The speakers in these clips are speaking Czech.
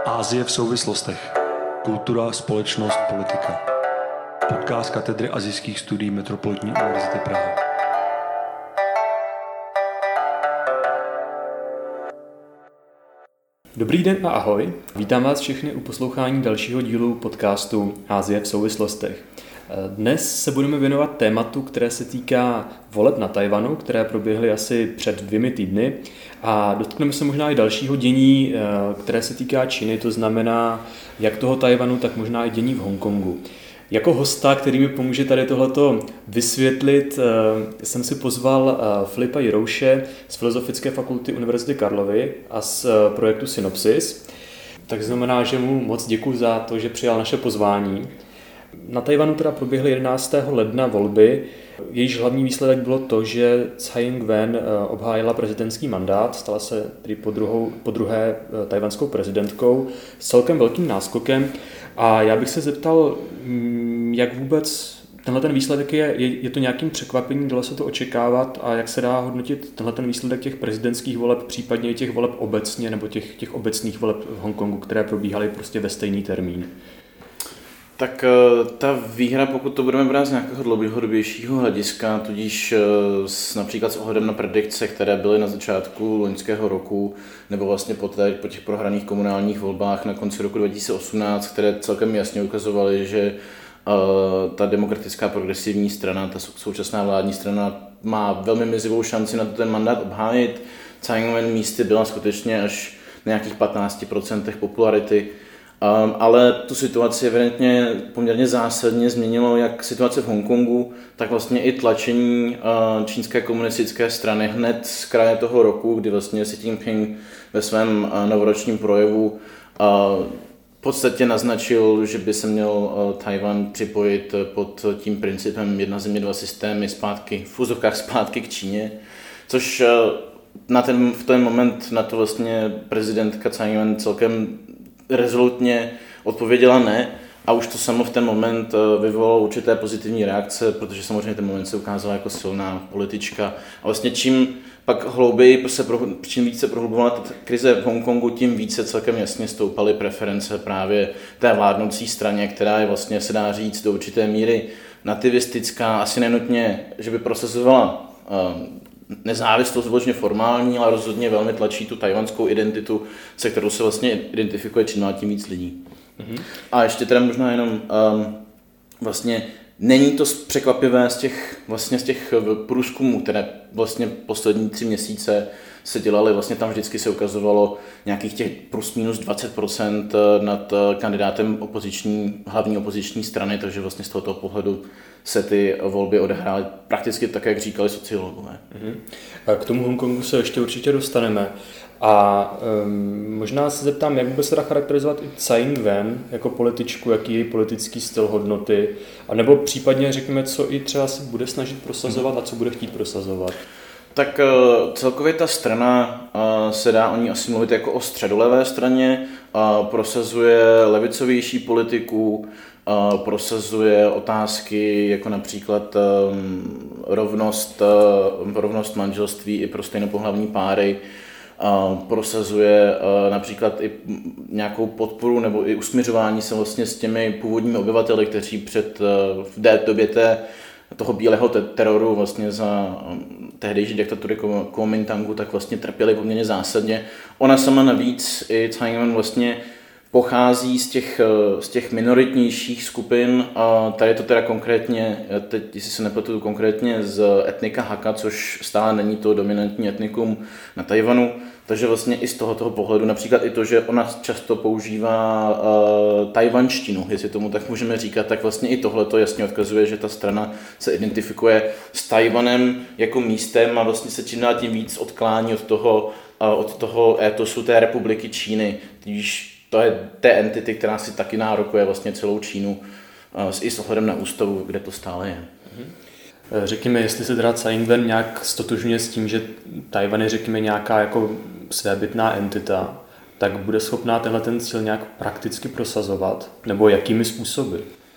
Asie v souvislostech. Kultura, společnost, politika. Podcast katedry asijských studií Metropolitní univerzity Praha. Dobrý den a ahoj. Vítám vás všechny u poslouchání dalšího dílu podcastu Asie v souvislostech. Dnes se budeme věnovat tématu, které se týká voleb na Tchaj-wanu, které proběhly asi před 2 týdny, a dotkneme se možná i dalšího dění, které se týká Číny, to znamená jak toho Tchaj-wanu, tak možná i dění v Hongkongu. Jako hosta, který mi pomůže tady tohleto vysvětlit, jsem si pozval Filipa Jirouše z Filozofické fakulty Univerzity Karlovy a z projektu Synopsis. Tak znamená, že mu moc děkuji za to, že přijal naše pozvání. Na Tchaj-wanu teda proběhly 11. ledna volby. Jejíž hlavní výsledek bylo to, že Tsai Ing-wen obhájila prezidentský mandát, stala se tedy po druhé tchajwanskou prezidentkou s celkem velkým náskokem. A já bych se zeptal, jak vůbec tenhle ten výsledek je to nějakým překvapením, dalo se to očekávat, a jak se dá hodnotit tenhle ten výsledek těch prezidentských voleb, případně i těch voleb obecně, nebo těch obecných voleb v Hongkongu, které probíhaly prostě ve stejný termín? Tak ta výhra, pokud to budeme brát z nějakého dlouhodobějšího hlediska, tudíž například s ohledem na predikce, které byly na začátku loňského roku, nebo vlastně po těch prohraných komunálních volbách na konci roku 2018, které celkem jasně ukazovaly, že ta demokratická progresivní strana, ta současná vládní strana má velmi mizivou šanci na to ten mandát obhájit. Tsai Ing-wen místy byla skutečně až na nějakých 15% popularity, ale tu situaci evidentně poměrně zásadně změnilo jak situace v Hongkongu, tak vlastně i tlačení čínské komunistické strany hned z kraje toho roku, kdy vlastně Xi Jinping ve svém novoročním projevu v podstatě naznačil, že by se měl Tchaj-wan připojit pod tím principem jedna země, dva systémy zpátky, v úzovkách zpátky k Číně, což v ten moment na to vlastně prezidentka Tsai Ing-wen celkem rezolutně odpověděla ne, a už to samo v ten moment vyvolalo určité pozitivní reakce, protože samozřejmě ten moment se ukázal jako silná politička. A vlastně čím pak hlouběji čím více prohlubovala ta krize v Hongkongu, tím více celkem jasně stoupaly preference právě té vládnoucí straně, která je vlastně, se dá říct, do určité míry nativistická, asi nenutně, že by prosazovala nezávislost vyloženě formální, ale rozhodně velmi tlačí tu tchajwanskou identitu, se kterou se vlastně identifikuje čím dál tím víc lidí. Mm-hmm. A ještě teda možná jenom vlastně není to překvapivé z těch průzkumů, které vlastně poslední 3 měsíce se dělaly, vlastně tam vždycky se ukazovalo nějakých těch plus minus 20% nad kandidátem hlavní opoziční strany, takže vlastně z tohoto pohledu se ty volby odehrály prakticky tak, jak říkali sociologové. A k tomu Hongkongu se ještě určitě dostaneme. A možná se zeptám, jak vůbec se dá charakterizovat i Tsai Ing-wen jako političku, jaký je její politický styl, hodnoty, anebo případně řekněme, co i třeba si bude snažit prosazovat a co bude chtít prosazovat. Tak celkově ta strana se dá o ní asi mluvit jako o středolevé straně, prosazuje levicovější politiku, prosazuje otázky jako například rovnost manželství i pro stejnopohlavní páry, prosazuje například i nějakou podporu nebo i usmiřování se vlastně s těmi původními obyvateli, kteří v době toho bílého teroru vlastně za tehdejší diktatury Kuomintangu tak vlastně trpěli poměrně zásadně. Ona sama navíc, i Tsai Ing-wen vlastně pochází z těch minoritnějších skupin, a tady je to teda konkrétně, teď, jestli se nepletu, konkrétně z etnika Hakka, což stále není to dominantní etnikum na Tchaj-wanu, takže vlastně i z tohoto pohledu, například i to, že ona často používá tajvanštinu, jestli tomu tak můžeme říkat, tak vlastně i tohle to jasně odkazuje, že ta strana se identifikuje s Tchaj-wanem jako místem a vlastně se čím dál tím víc odklání od toho étosu té republiky Číny, když to je té entity, která si taky nárokuje vlastně celou Čínu i s ohledem na ústavu, kde to stále je. Řekněme, jestli se teda Tsai Ing-wen nějak stotožňuje s tím, že Tchaj-wan je, řekněme, nějaká jako svébytná entita, tak bude schopná tenhle ten cíl nějak prakticky prosazovat? Nebo jakými způsoby?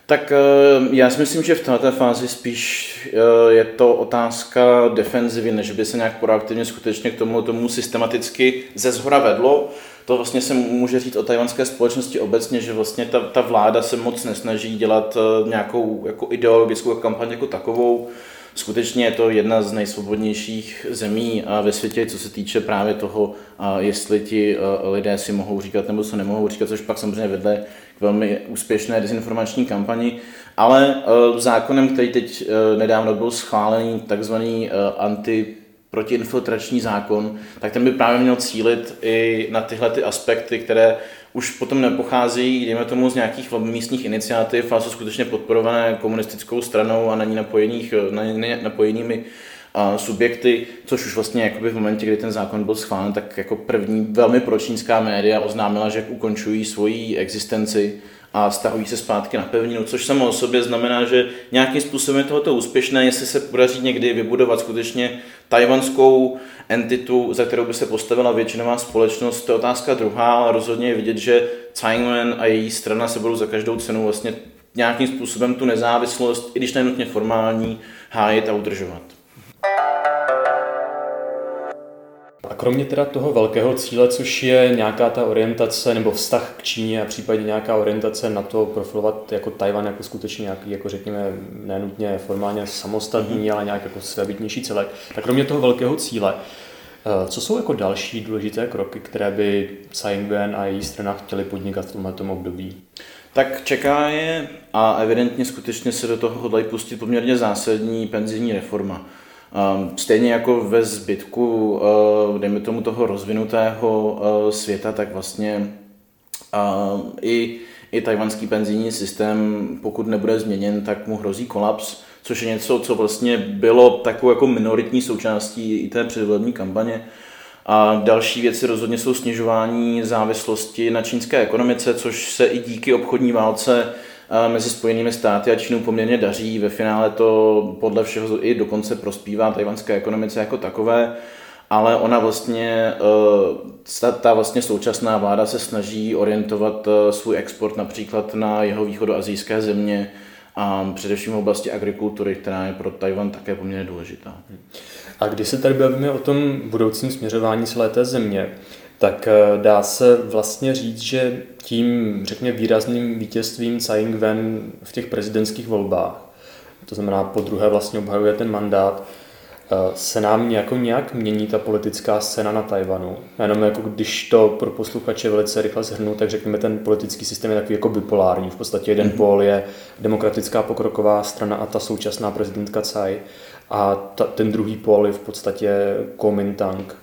Tak já si myslím, že v této fázi spíš je to otázka defenzivy, než by se nějak proaktivně skutečně k tomu systematicky ze shora vedlo. To vlastně se může říct o tchajwanské společnosti obecně, že vlastně ta vláda se moc nesnaží dělat nějakou jako ideologickou kampaň jako takovou. Skutečně je to jedna z nejsvobodnějších zemí ve světě, co se týče právě toho, jestli ti lidé si mohou říkat nebo se nemohou říkat, což pak samozřejmě vedle k velmi úspěšné dezinformační kampani. Ale zákonem, který teď nedávno byl schválený, takzvaný protiinfiltrační zákon, tak ten by právě měl cílit i na tyhle ty aspekty, které už potom nepocházejí, dejme tomu, z nějakých místních iniciativ, ale jsou skutečně podporované komunistickou stranou a není napojenými subjekty, což už vlastně jakoby v momentě, kdy ten zákon byl schválen, tak jako první velmi pročínská média oznámila, že ukončují svoji existenci a stahují se zpátky na pevninu, což samo o sobě znamená, že nějakým způsobem je tohoto úspěšné, jestli se podaří někdy vybudovat skutečně tchajwanskou entitu, za kterou by se postavila většinová společnost, to je otázka druhá, ale rozhodně je vidět, že Tsai Ing-wen a její strana se budou za každou cenu vlastně nějakým způsobem tu nezávislost, i když nenutně formální, hájit a udržovat. A kromě teda toho velkého cíle, což je nějaká ta orientace nebo vztah k Číně a případně nějaká orientace na to profilovat jako Tchajwan jako skutečně nějaký, jako řekněme, nenutně formálně samostatný, ale nějak jako svébytnější celek, tak kromě toho velkého cíle, co jsou jako další důležité kroky, které by Tsai Ing-wen a její strana chtěli podnikat v tomhletom období? Tak čeká je a evidentně skutečně se do toho hodlají pustit poměrně zásadní penzijní reforma. Stejně jako ve zbytku, dejme tomu, toho rozvinutého světa, tak vlastně i tchajwanský penzijní systém, pokud nebude změněn, tak mu hrozí kolaps, což je něco, co vlastně bylo takovou jako minoritní součástí i té předvolební kampaně. A další věci rozhodně jsou snižování závislosti na čínské ekonomice, což se i díky obchodní válce mezi Spojenými státy a Čínou poměrně daří. Ve finále to podle všeho i dokonce prospívá tchajwanské ekonomice jako takové, ale ona vlastně, ta vlastně současná vláda se snaží orientovat svůj export například na jihovýchodoasijské země a především v oblasti agrikultury, která je pro Tchajwan také poměrně důležitá. A když se tady bavíme o tom budoucím směřování celé té země, tak dá se vlastně říct, že tím, řekněme, výrazným vítězstvím Tsai Ing-wen v těch prezidentských volbách, to znamená po druhé vlastně obhajuje ten mandát, se nám nějak mění ta politická scéna na Tchajwanu. Jenom jako když to pro posluchače velice rychle shrnu, tak řekněme, ten politický systém je takový jako bipolární. V podstatě jeden pól je demokratická pokroková strana a ta současná prezidentka Tsai a ten druhý pól je v podstatě Kuomintang.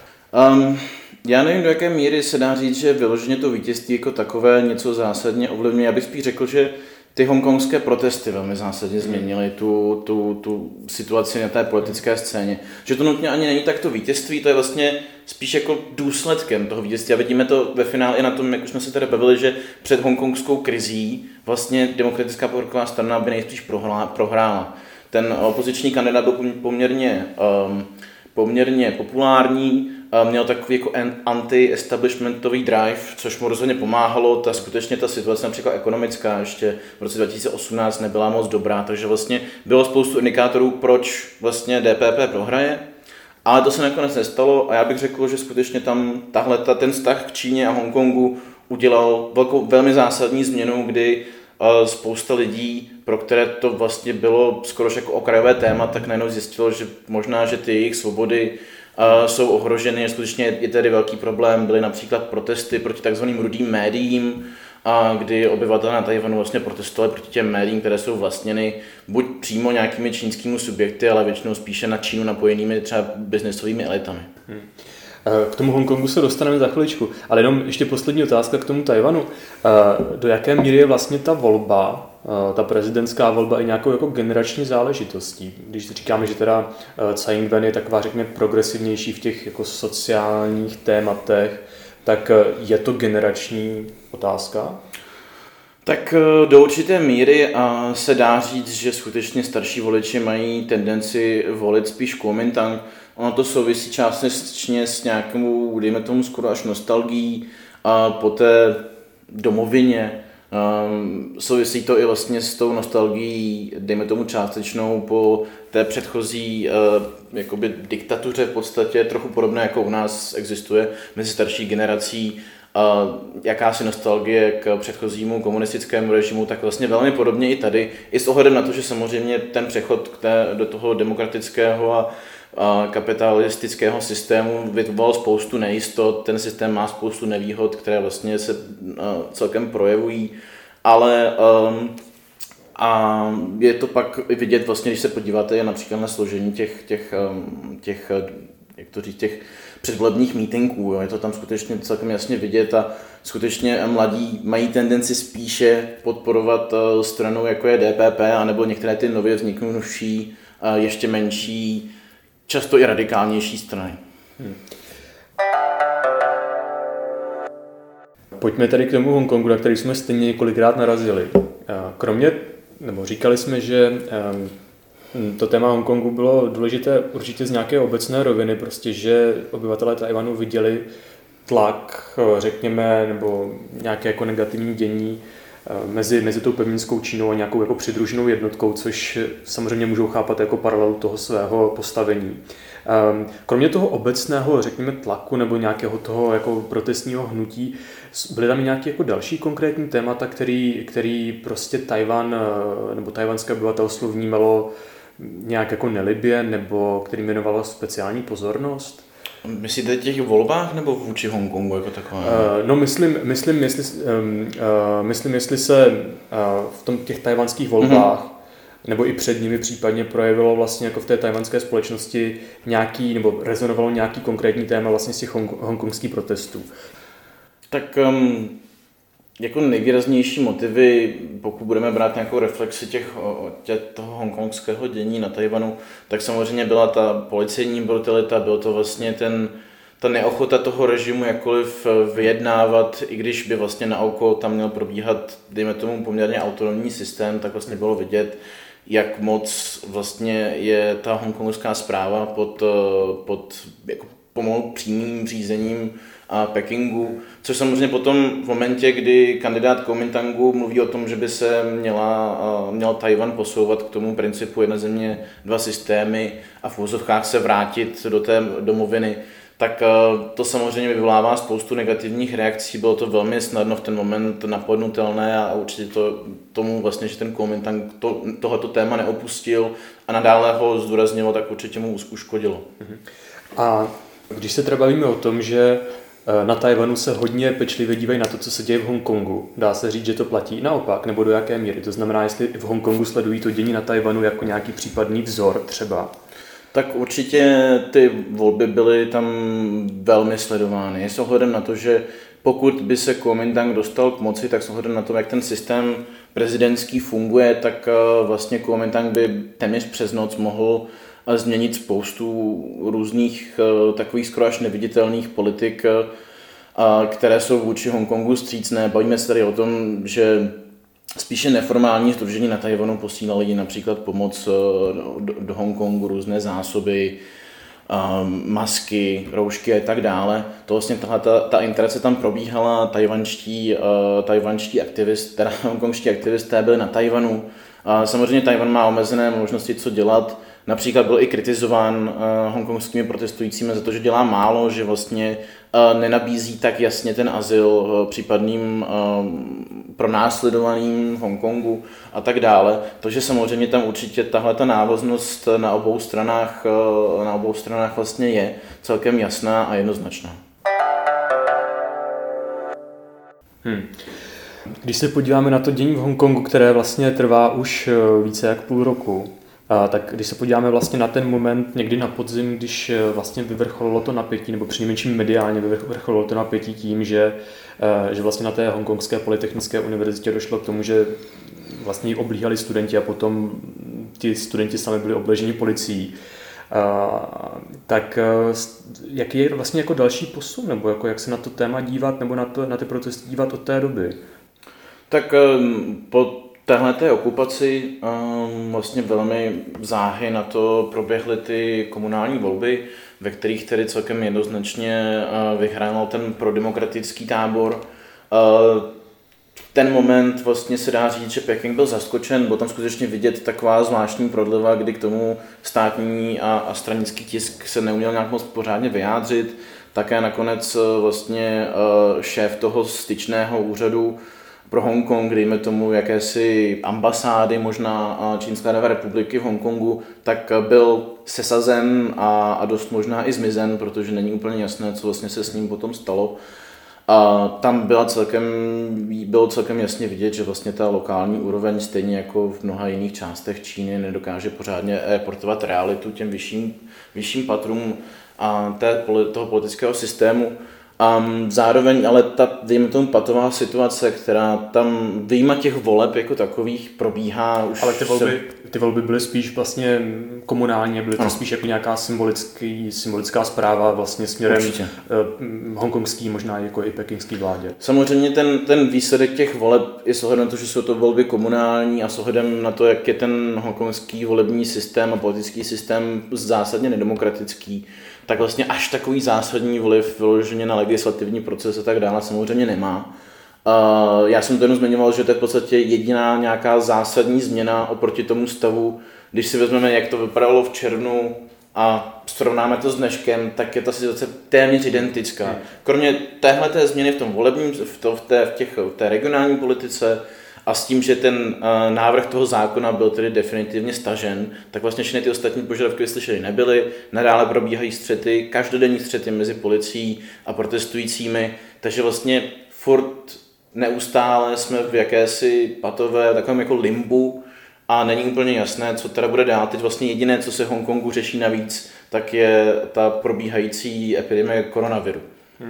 Já nevím, do jaké míry se dá říct, že vyloženě to vítězství jako takové něco zásadně ovlivňuje. Já bych spíš řekl, že ty hongkongské protesty velmi zásadně změnily tu situaci na té politické scéně. Že to nutně ani není tak to vítězství, to je vlastně spíš jako důsledkem toho vítězství. A vidíme to ve finále i na tom, jak už jsme se tady bavili, že před hongkongskou krizí vlastně demokratická pokroková strana by nejspíš prohrála. Ten opoziční kandidát byl poměrně populární, měl takový jako anti-establishmentový drive, což mu rozhodně pomáhalo. Skutečně ta situace například ekonomická ještě v roce 2018 nebyla moc dobrá, takže vlastně bylo spoustu indikátorů, proč vlastně DPP prohraje, ale to se nakonec nestalo a já bych řekl, že skutečně tam ten vztah k Číně a Hongkongu udělal velmi zásadní změnu, kdy spousta lidí, pro které to vlastně bylo skoro jako okrajové téma, tak najednou zjistilo, že možná, že ty jejich svobody jsou ohroženy. Skutečně je tady velký problém. Byly například protesty proti takzvaným rudým médiím, kdy obyvatelé na Tchajwanu vlastně protestovali proti těm médiím, které jsou vlastněny buď přímo nějakými čínskými subjekty, ale většinou spíše na Čínu napojenými třeba biznesovými elitami. K tomu Hongkongu se dostaneme za chviličku, ale jenom ještě poslední otázka k tomu Tchajwanu. Do jaké míry je vlastně ta volba, ta prezidentská volba i nějakou jako generační záležitostí? Když říkáme, že teda Tsai Ing-wen je taková, řekněme, progresivnější v těch jako sociálních tématech, tak je to generační otázka? Tak do určité míry se dá říct, že skutečně starší voliči mají tendenci volit spíš Kuomintang. Ono to souvisí částečně s nějakou, dejme tomu, skoro až nostalgií po té domovině Souvisí to i vlastně s tou nostalgií, dejme tomu částečnou, po té předchozí jakoby diktatuře v podstatě, trochu podobné jako u nás existuje mezi starší generací, jakási nostalgie k předchozímu komunistickému režimu, tak vlastně velmi podobně i tady, i s ohledem na to, že samozřejmě ten přechod do toho demokratického a kapitalistického systému vyvolal spoustu nejistot, ten systém má spoustu nevýhod, které vlastně se celkem projevují, ale a je to pak vidět vlastně, když se podíváte například na složení těch předvolebních mítinků, jo. Je to tam skutečně celkem jasně vidět a skutečně mladí mají tendenci spíše podporovat stranu, jako je DPP, anebo některé ty nově vzniknuvší, ještě menší, často i radikálnější strany. Pojďme tedy k tomu Hongkongu, na který jsme stejně několikrát narazili. Říkali jsme, že to téma Hongkongu bylo důležité určitě z nějaké obecné roviny, prostě, že obyvatelé Tchaj-wanu viděli tlak, řekněme, nebo nějaké jako negativní dění mezi tou pevninskou Čínou a nějakou jako přidruženou jednotkou, což samozřejmě můžou chápat jako paralelu toho svého postavení. Kromě toho obecného, řekněme, tlaku nebo nějakého toho jako protestního hnutí, byly tam nějaké jako další konkrétní témata, který prostě Tchaj-wan nebo tchajwanské obyvatelstvo vnímalo nějak jako nelibě, nebo který věnovalo speciální pozornost? Myslíte těch volbách nebo vůči Hongkongu jako takové? Myslím, jestli se v těch tchajwanských volbách nebo i před nimi případně projevilo vlastně jako v té tchajwanské společnosti nějaký, nebo rezonovalo nějaký konkrétní téma vlastně z těch hongkongských protestů. Tak jako nejvýraznější motivy, pokud budeme brát nějakou reflexi toho hongkongského dění na Tchaj-wanu, tak samozřejmě byla ta policejní brutalita, byl to vlastně ta neochota toho režimu jakkoliv vyjednávat, i když by vlastně na oko tam měl probíhat, dejme tomu, poměrně autonomní systém, tak vlastně bylo vidět, jak moc vlastně je ta hongkongská správa pod jako pomalu přímým řízením Pekingu, což samozřejmě potom v momentě, kdy kandidát Kuomintangu mluví o tom, že by se měl Tchaj-wan posouvat k tomu principu jedna země, dva systémy a v úvozovkách se vrátit do té domoviny, tak to samozřejmě vyvolává spoustu negativních reakcí, bylo to velmi snadno v ten moment napadnutelné a určitě tomu vlastně, že ten Kuomintang tohoto téma neopustil a nadále ho zdůraznilo, tak určitě mu uškodilo. A když se třeba bavíme o tom, že na Tchaj-wanu se hodně pečlivě dívají na to, co se děje v Hongkongu. Dá se říct, že to platí naopak, nebo do jaké míry? To znamená, jestli v Hongkongu sledují to dění na Tchaj-wanu jako nějaký případný vzor třeba? Tak určitě ty volby byly tam velmi sledovány. S ohledem na to, že pokud by se Kuomintang dostal k moci, tak s ohledem na to, jak ten systém prezidentský funguje, tak vlastně Kuomintang by téměř přes noc mohl změnit spoustu různých takových skoro až neviditelných politik, které jsou vůči Hongkongu vstřícné. Bavíme se tady o tom, že spíše neformální sdružení na Tchaj-wanu posílali například pomoc do Hongkongu, různé zásoby, masky, roušky a tak dále. To vlastně ta interakce tam probíhala, hongkongští aktivisté byli na Tchaj-wanu. Samozřejmě Tchaj-wan má omezené možnosti, co dělat. Například byl i kritizován hongkongskými protestujícími za to, že dělá málo, že vlastně nenabízí tak jasně ten azyl případným pronásledovaným v Hongkongu a tak dále. Takže samozřejmě tam určitě tahleta návaznost na obou stranách vlastně je celkem jasná a jednoznačná. Když se podíváme na to dění v Hongkongu, které vlastně trvá už více jak půl roku, tak když se podíváme vlastně na ten moment někdy na podzim, když vlastně vyvrcholilo to napětí, nebo přinejmenším mediálně vyvrcholilo to napětí tím, že vlastně na té hongkongské polytechnické univerzitě došlo k tomu, že vlastně ji oblíhali studenti a potom ti studenti sami byli obleženi policií. Tak jaký je vlastně jako další posun, nebo jako jak se na to téma dívat, nebo na ty protesty dívat od té doby? Tak po téhleté okupaci vlastně velmi záhy na to proběhly ty komunální volby, ve kterých tedy celkem jednoznačně vyhrál ten prodemokratický tábor. ten moment vlastně se dá říct, že Peking byl zaskočen, bylo tam skutečně vidět taková zvláštní prodleva, kdy k tomu státní a stranický tisk se neuměl nějak moc pořádně vyjádřit. Také nakonec vlastně šéf toho styčného úřadu pro Hongkong, dejme tomu jakési ambasády možná Čínské lidové republiky v Hongkongu, tak byl sesazen a dost možná i zmizen, protože není úplně jasné, co vlastně se s ním potom stalo. A tam bylo celkem jasně vidět, že vlastně ta lokální úroveň, stejně jako v mnoha jiných částech Číny, nedokáže pořádně reportovat realitu těm vyšším patrům toho politického systému. Zároveň ale ta, dejme tomu, patová situace, která tam vyjma těch voleb jako takových probíhá už... Ale ty volby byly spíš vlastně komunální, byly to spíš jako nějaká symbolická zpráva vlastně směrem hongkongský, možná jako i pekingský vládě. Samozřejmě ten výsledek těch voleb je s ohledem na to, že jsou to volby komunální a s ohledem na to, jak je ten hongkongský volební systém a politický systém zásadně nedemokratický, tak vlastně až takový zásadní vliv vyloženě na legislativní proces a tak dále samozřejmě nemá. Já jsem to jenom zmiňoval, že to je v podstatě jediná nějaká zásadní změna oproti tomu stavu. Když si vezmeme, jak to vypadalo v červnu a srovnáme to s dneškem, tak je ta situace téměř identická. Kromě téhleté změny v tom volebním, v té regionální politice a s tím, že ten návrh toho zákona byl tedy definitivně stažen, tak vlastně všechny ty ostatní požadavky vyslyšeny nebyly. Nadále probíhají střety, každodenní střety mezi policií a protestujícími, takže vlastně furt neustále jsme v jakési patové, takovém jako limbu a není úplně jasné, co teda bude dál. Teď vlastně jediné, co se v Hongkongu řeší navíc, tak je ta probíhající epidemie koronaviru.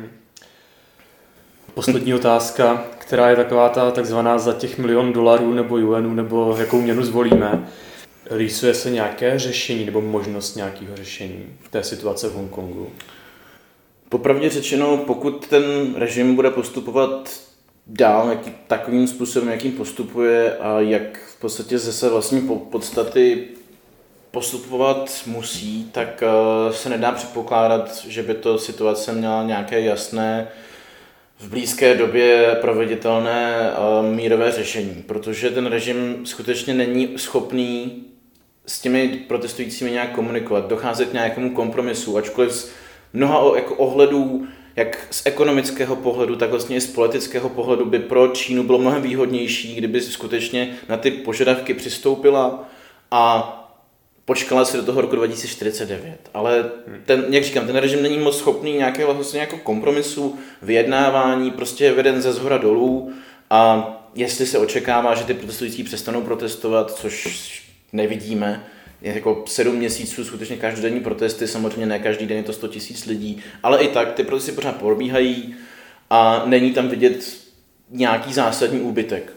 Poslední otázka, která je taková ta takzvaná za těch $1 milion nebo yuanů, nebo jakou měnu zvolíme. Rýsuje se nějaké řešení nebo možnost nějakého řešení té situace v Hongkongu? Popravdě řečeno, pokud ten režim bude postupovat dál takovým způsobem, jakým postupuje a jak v podstatě zase vlastně podstaty postupovat musí, tak se nedá předpokládat, že by to situace měla nějaké jasné, v blízké době proveditelné mírové řešení, protože ten režim skutečně není schopný s těmi protestujícími nějak komunikovat, docházet k nějakému kompromisu, ačkoliv z mnoha jako ohledů, jak z ekonomického pohledu, tak vlastně i z politického pohledu by pro Čínu bylo mnohem výhodnější, kdyby skutečně na ty požadavky přistoupila a počkala se do toho roku 2049. Ale jak říkám, ten režim není moc schopný nějakého vlastně jako kompromisu, vyjednávání, prostě je veden ze zhora dolů a jestli se očekává, že ty protestující přestanou protestovat, což nevidíme, je jako 7 měsíců skutečně každodenní protesty, samozřejmě ne každý den je to 100 000 lidí, ale i tak ty protesty pořád probíhají a není tam vidět nějaký zásadní úbytek.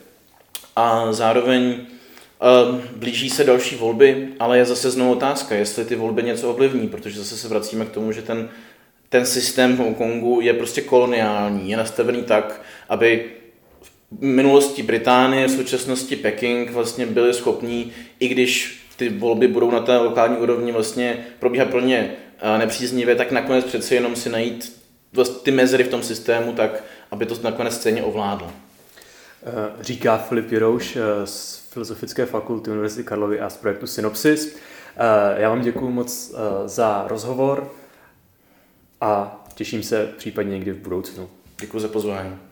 A zároveň blíží se další volby, ale je zase znovu otázka, jestli ty volby něco ovlivní, protože zase se vracíme k tomu, že ten systém v Hongkongu je prostě koloniální, je nastavený tak, aby v minulosti Británie, v současnosti Peking vlastně byli schopní, i když ty volby budou na té lokální úrovni vlastně probíhat pro ně nepříznivě, tak nakonec přece jenom si najít ty mezery v tom systému tak, aby to nakonec stejně ovládlo. Říká Filip Jirouš z Filozofické fakulty Univerzity Karlovy a z projektu Synopsis. Já vám děkuji moc za rozhovor a těším se případně někdy v budoucnu. Děkuji za pozvání.